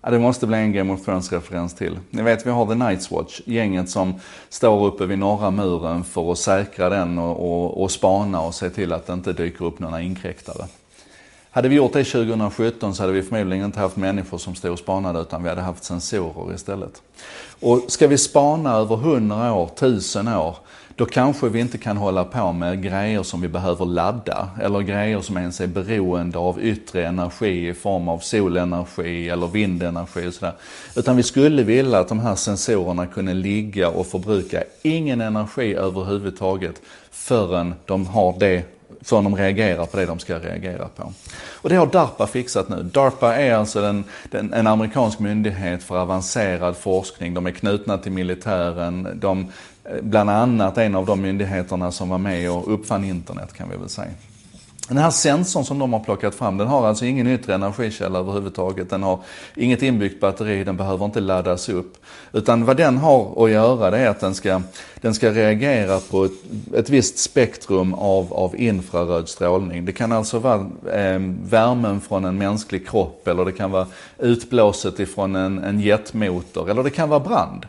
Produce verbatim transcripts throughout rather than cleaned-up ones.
Ja, det måste bli en Game of Thrones-referens till. Ni vet, vi har The Night's Watch, gänget som står uppe vid norra muren för att säkra den och, och, och spana och se till att det inte dyker upp några inkräktare. Hade vi gjort det tjugo sjutton så hade vi förmodligen inte haft människor som stod och spanade, utan vi hade haft sensorer istället. Och ska vi spana över hundra år, tusen år, då kanske vi inte kan hålla på med grejer som vi behöver ladda, eller grejer som ens är beroende av yttre energi i form av solenergi eller vindenergi och sådär. Utan vi skulle vilja att de här sensorerna kunde ligga och förbruka ingen energi överhuvudtaget förrän de har det, förrän de reagerar på det de ska reagera på. Och det har DARPA fixat nu. DARPA är alltså den, den, en amerikansk myndighet för avancerad forskning. De är knutna till militären. De, bland annat en av de myndigheterna som var med och uppfann internet, kan vi väl säga. Den här sensorn som de har plockat fram, den har alltså ingen yttre energikälla överhuvudtaget. Den har inget inbyggt batteri, den behöver inte laddas upp. Utan vad den har att göra, det är att den ska, den ska reagera på ett, ett visst spektrum av, av infraröd strålning. Det kan alltså vara eh, värmen från en mänsklig kropp, eller det kan vara utblåset ifrån en, en jetmotor, eller det kan vara brand.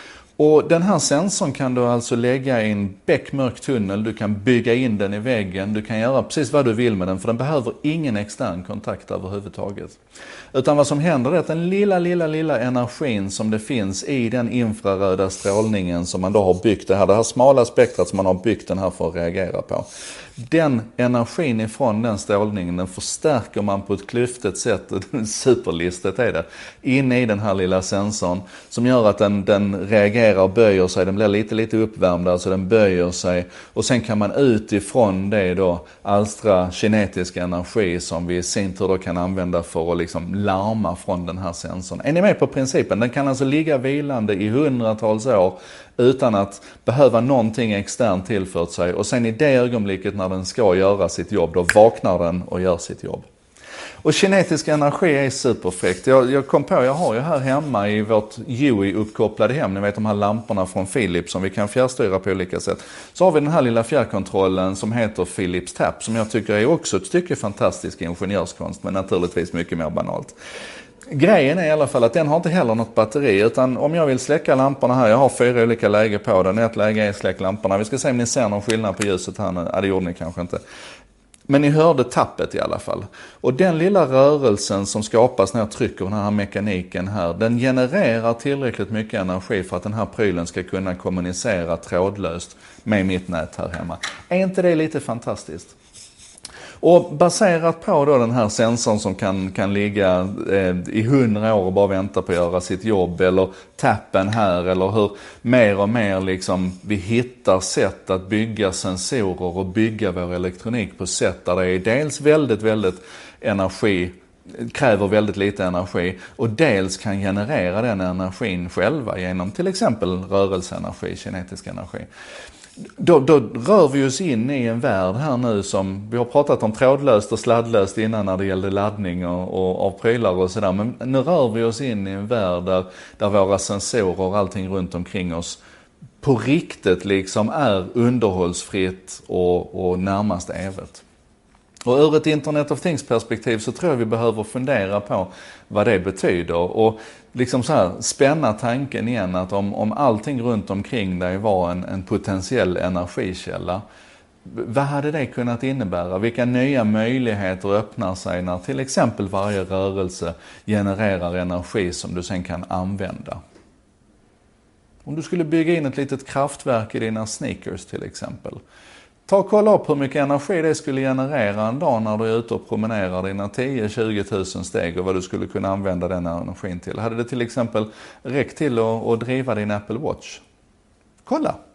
Och den här sensorn kan du alltså lägga i en bäckmörk tunnel, du kan bygga in den i väggen, du kan göra precis vad du vill med den, för den behöver ingen extern kontakt överhuvudtaget. Utan vad som händer är att den lilla, lilla, lilla energin som det finns i den infraröda strålningen som man då har byggt det här, det här smala spektrat som man har byggt den här för att reagera på. Den energin ifrån den strålningen, den förstärker man på ett klyftigt sätt, superlistet är det, inne i den här lilla sensorn som gör att den, den reagerar och böjer sig, den blir lite, lite uppvärmd, alltså den böjer sig, och sen kan man utifrån det då alstra kinetisk energi som vi i sin tur då kan använda för att liksom larma från den här sensorn. Är ni med på principen? Den kan alltså ligga vilande i hundratals år utan att behöva någonting externt tillfört sig, och sen i det ögonblicket när den ska göra sitt jobb, då vaknar den och gör sitt jobb. Och kinetisk energi är superfräckt. Jag, jag kom på, jag har ju här hemma i vårt U I-uppkopplade hem, ni vet de här lamporna från Philips som vi kan fjärrstyra på olika sätt. Så har vi den här lilla fjärrkontrollen som heter Philips Tap, som jag tycker är också ett stycke fantastisk ingenjörskonst, men naturligtvis mycket mer banalt. Grejen är i alla fall att den har inte heller något batteri, utan om jag vill släcka lamporna här, jag har fyra olika läge på den, ett läge är släck lamporna. Vi ska se om ni ser någon skillnad på ljuset här nu. Ja, det gjorde ni kanske inte. Men ni hörde tappet i alla fall. Och den lilla rörelsen som skapas när jag trycker den här mekaniken här, den genererar tillräckligt mycket energi för att den här prylen ska kunna kommunicera trådlöst med mitt nät här hemma. Är inte det lite fantastiskt? Och baserat på då den här sensorn som kan, kan ligga eh, i hundra år och bara vänta på att göra sitt jobb, eller tappen här, eller hur mer och mer liksom vi hittar sätt att bygga sensorer och bygga vår elektronik på sätt där det är dels väldigt, väldigt energi, kräver väldigt lite energi, och dels kan generera den energin själva genom till exempel rörelseenergi, kinetisk energi. Då, då rör vi oss in i en värld här nu som, vi har pratat om trådlöst och sladdlöst innan när det gällde laddning och, och av prylar och sådär, men nu rör vi oss in i en värld där, där våra sensorer och allting runt omkring oss på riktigt liksom är underhållsfritt och, och närmast evigt. Och ur ett Internet of Things perspektiv så tror jag vi behöver fundera på vad det betyder, och liksom så här spänna tanken igen att om, om allting runt omkring dig var en, en potentiell energikälla, vad hade det kunnat innebära? Vilka nya möjligheter öppnar sig när till exempel varje rörelse genererar energi som du sen kan använda? Om du skulle bygga in ett litet kraftverk i dina sneakers till exempel. Ta och kolla upp hur mycket energi det skulle generera en dag när du är ute och promenerar dina tio till tjugo tusen steg, och vad du skulle kunna använda den energin till. Hade det till exempel räckt till att, att driva din Apple Watch? Kolla!